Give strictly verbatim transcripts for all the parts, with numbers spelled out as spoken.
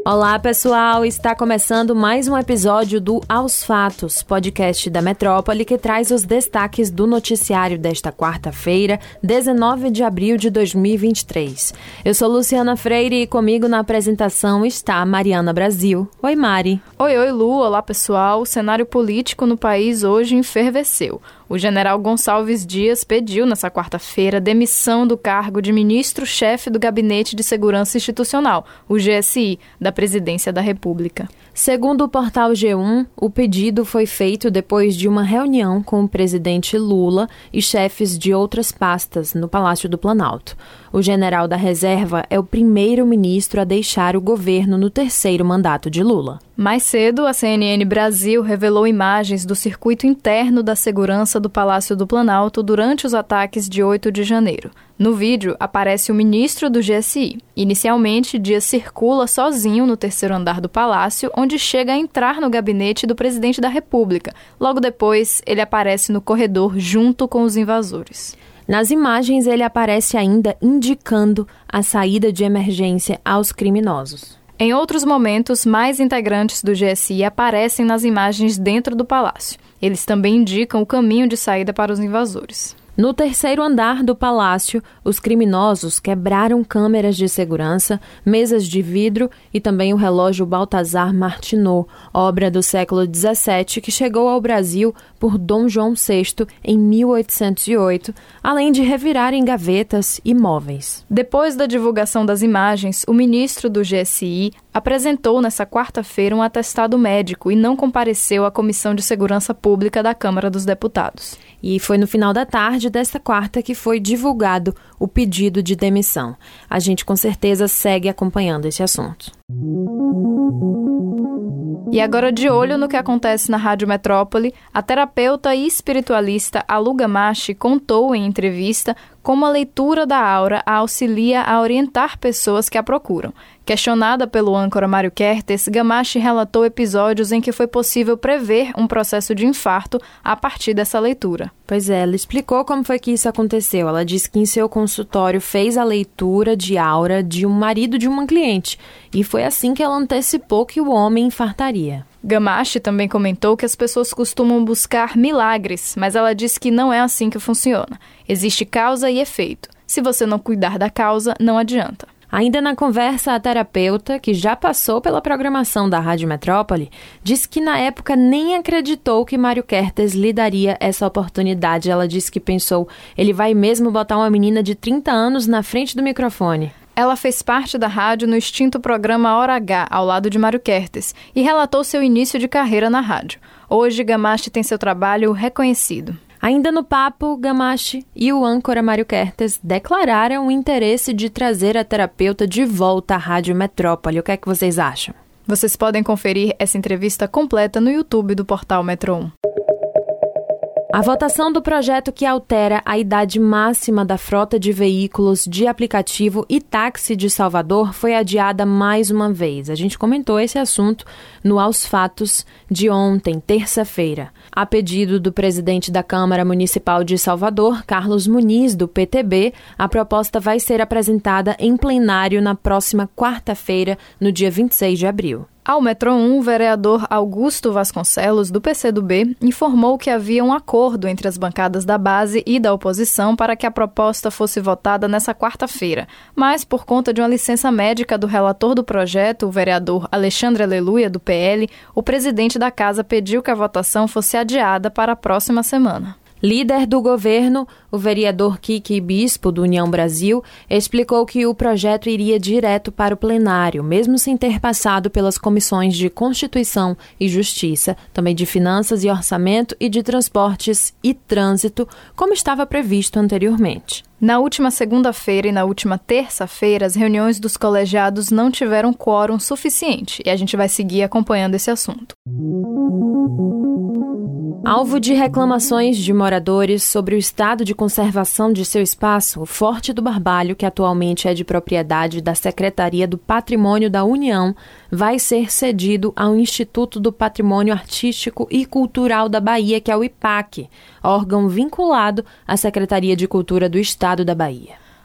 Olá, pessoal! Está começando mais um episódio do Aos Fatos, podcast da Metrópole que traz os destaques do noticiário desta quarta-feira, dezenove de abril de dois mil e vinte e três. Eu sou Luciana Freire e comigo na apresentação está a Mariana Brasil. Oi, Mari! Oi, oi, Lu! Olá, pessoal! O cenário político no país hoje enfervesceu. O general Gonçalves Dias pediu nessa quarta-feira demissão do cargo de ministro-chefe do Gabinete de Segurança Institucional, o G S I, da Presidência da República. Segundo o portal G um, o pedido foi feito depois de uma reunião com o presidente Lula e chefes de outras pastas no Palácio do Planalto. O general da reserva é o primeiro ministro a deixar o governo no terceiro mandato de Lula. Mais cedo, a C N N Brasil revelou imagens do circuito interno da segurança do Palácio do Planalto durante os ataques de oito de janeiro. No vídeo, aparece o ministro do G S I. Inicialmente, Dias circula sozinho no terceiro andar do palácio, onde chega a entrar no gabinete do presidente da República. Logo depois, ele aparece no corredor junto com os invasores. Nas imagens, ele aparece ainda indicando a saída de emergência aos criminosos. Em outros momentos, mais integrantes do G S I aparecem nas imagens dentro do palácio. Eles também indicam o caminho de saída para os invasores. No terceiro andar do palácio, os criminosos quebraram câmeras de segurança, mesas de vidro e também o relógio Balthazar Martinot, obra do século dezessete que chegou ao Brasil por Dom João sexto em mil oitocentos e oito, além de revirarem gavetas e móveis. Depois da divulgação das imagens, o ministro do G S I apresentou nesta quarta-feira um atestado médico e não compareceu à Comissão de Segurança Pública da Câmara dos Deputados. E foi no final da tarde desta quarta que foi divulgado o pedido de demissão. A gente com certeza segue acompanhando esse assunto. E agora, de olho no que acontece na Rádio Metrópole, a terapeuta e espiritualista Alu Gamache contou em entrevista como a leitura da aura a auxilia a orientar pessoas que a procuram. Questionada pelo âncora Mário Kertes, Gamache relatou episódios em que foi possível prever um processo de infarto a partir dessa leitura. Pois é, ela explicou como foi que isso aconteceu. Ela disse que em seu consultório fez a leitura de aura de um marido de uma cliente e foi assim que ela antecipou que o homem infartaria. Gamache também comentou que as pessoas costumam buscar milagres, mas ela disse que não é assim que funciona. Existe causa e efeito. Se você não cuidar da causa, não adianta. Ainda na conversa, a terapeuta, que já passou pela programação da Rádio Metrópole, disse que na época nem acreditou que Mário Kertes lhe daria essa oportunidade. Ela disse que pensou, ele vai mesmo botar uma menina de trinta anos na frente do microfone. Ela fez parte da rádio no extinto programa Hora H, ao lado de Mário Kertes, e relatou seu início de carreira na rádio. Hoje, Gamache tem seu trabalho reconhecido. Ainda no papo, Gamache e o âncora Mário Kertes declararam o interesse de trazer a terapeuta de volta à Rádio Metrópole. O que é que vocês acham? Vocês podem conferir essa entrevista completa no YouTube do portal Metro um. A votação do projeto que altera a idade máxima da frota de veículos de aplicativo e táxi de Salvador foi adiada mais uma vez. A gente comentou esse assunto no Aos Fatos de ontem, terça-feira. A pedido do presidente da Câmara Municipal de Salvador, Carlos Muniz, do P T B, a proposta vai ser apresentada em plenário na próxima quarta-feira, no dia vinte e seis de abril. Ao Metro um, o vereador Augusto Vasconcelos, do P C do B, informou que havia um acordo entre as bancadas da base e da oposição para que a proposta fosse votada nessa quarta-feira. Mas, por conta de uma licença médica do relator do projeto, o vereador Alexandre Aleluia, do P L, o presidente da casa pediu que a votação fosse adiada para a próxima semana. Líder do governo, o vereador Kiki Bispo, do União Brasil, explicou que o projeto iria direto para o plenário, mesmo sem ter passado pelas comissões de Constituição e Justiça, também de Finanças e Orçamento e de Transportes e Trânsito, como estava previsto anteriormente. Na última segunda-feira e na última terça-feira, as reuniões dos colegiados não tiveram quórum suficiente e a gente vai seguir acompanhando esse assunto. Alvo de reclamações de moradores sobre o estado de conservação de seu espaço, o Forte do Barbalho, que atualmente é de propriedade da Secretaria do Patrimônio da União, vai ser cedido ao Instituto do Patrimônio Artístico e Cultural da Bahia, que é o I P A C, órgão vinculado à Secretaria de Cultura do Estado da Bahia.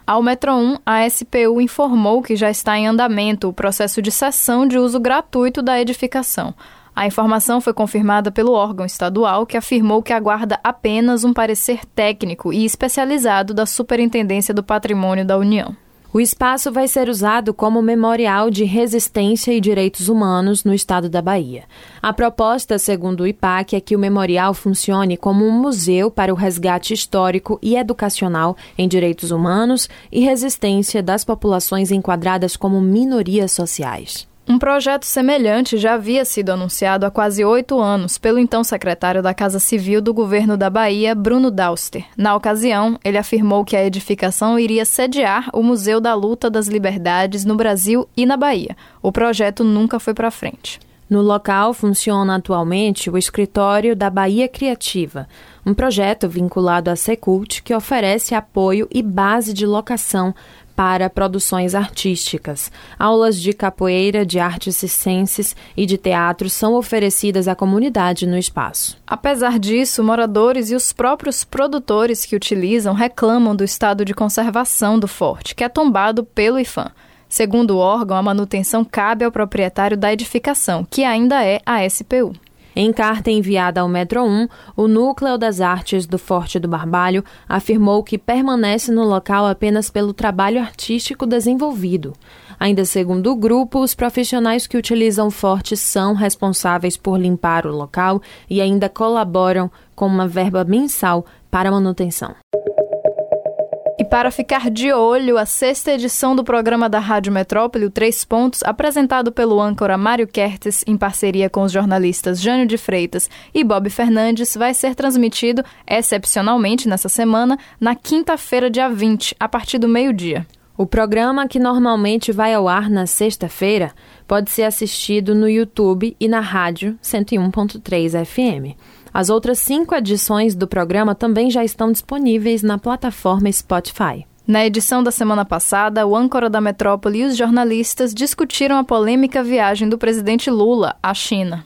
Ao Metro um, a S P U informou que já está em andamento o processo de cessão de uso gratuito da edificação. A informação foi confirmada pelo órgão estadual, que afirmou que aguarda apenas um parecer técnico e especializado da Superintendência do Patrimônio da União. O espaço vai ser usado como memorial de resistência e direitos humanos no estado da Bahia. A proposta, segundo o I P A C, é que o memorial funcione como um museu para o resgate histórico e educacional em direitos humanos e resistência das populações enquadradas como minorias sociais. Um projeto semelhante já havia sido anunciado há quase oito anos pelo então secretário da Casa Civil do governo da Bahia, Bruno Dauster. Na ocasião, ele afirmou que a edificação iria sediar o Museu da Luta das Liberdades no Brasil e na Bahia. O projeto nunca foi para frente. No local funciona atualmente o Escritório da Bahia Criativa, um projeto vinculado à Secult que oferece apoio e base de locação para produções artísticas. Aulas de capoeira, de artes circenses e de teatro são oferecidas à comunidade no espaço. Apesar disso, moradores e os próprios produtores que utilizam reclamam do estado de conservação do forte, que é tombado pelo I F A M. Segundo o órgão, a manutenção cabe ao proprietário da edificação, que ainda é a S P U. Em carta enviada ao Metro um, o Núcleo das Artes do Forte do Barbalho afirmou que permanece no local apenas pelo trabalho artístico desenvolvido. Ainda segundo o grupo, os profissionais que utilizam o forte são responsáveis por limpar o local e ainda colaboram com uma verba mensal para a manutenção. E para ficar de olho, a sexta edição do programa da Rádio Metrópole, o Três Pontos, apresentado pelo âncora Mário Kertes, em parceria com os jornalistas Jânio de Freitas e Bob Fernandes, vai ser transmitido, excepcionalmente nessa semana, na quinta-feira, dia vinte, a partir do meio-dia. O programa, que normalmente vai ao ar na sexta-feira, pode ser assistido no YouTube e na rádio cento e um ponto três F M. As outras cinco edições do programa também já estão disponíveis na plataforma Spotify. Na edição da semana passada, o âncora da Metrópole e os jornalistas discutiram a polêmica viagem do presidente Lula à China.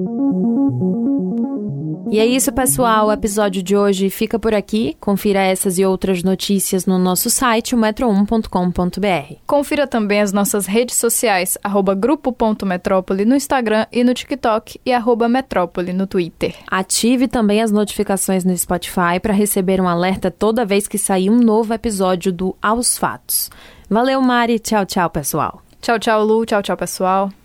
E é isso, pessoal. O episódio de hoje fica por aqui. Confira essas e outras notícias no nosso site, o metro um ponto com ponto b r. Confira também as nossas redes sociais, arroba grupo ponto metrópole no Instagram e no TikTok e arroba metrópole no Twitter. Ative também as notificações no Spotify para receber um alerta toda vez que sair um novo episódio do Aos Fatos. Valeu, Mari. Tchau, tchau, pessoal. Tchau, tchau, Lu. Tchau, tchau, pessoal.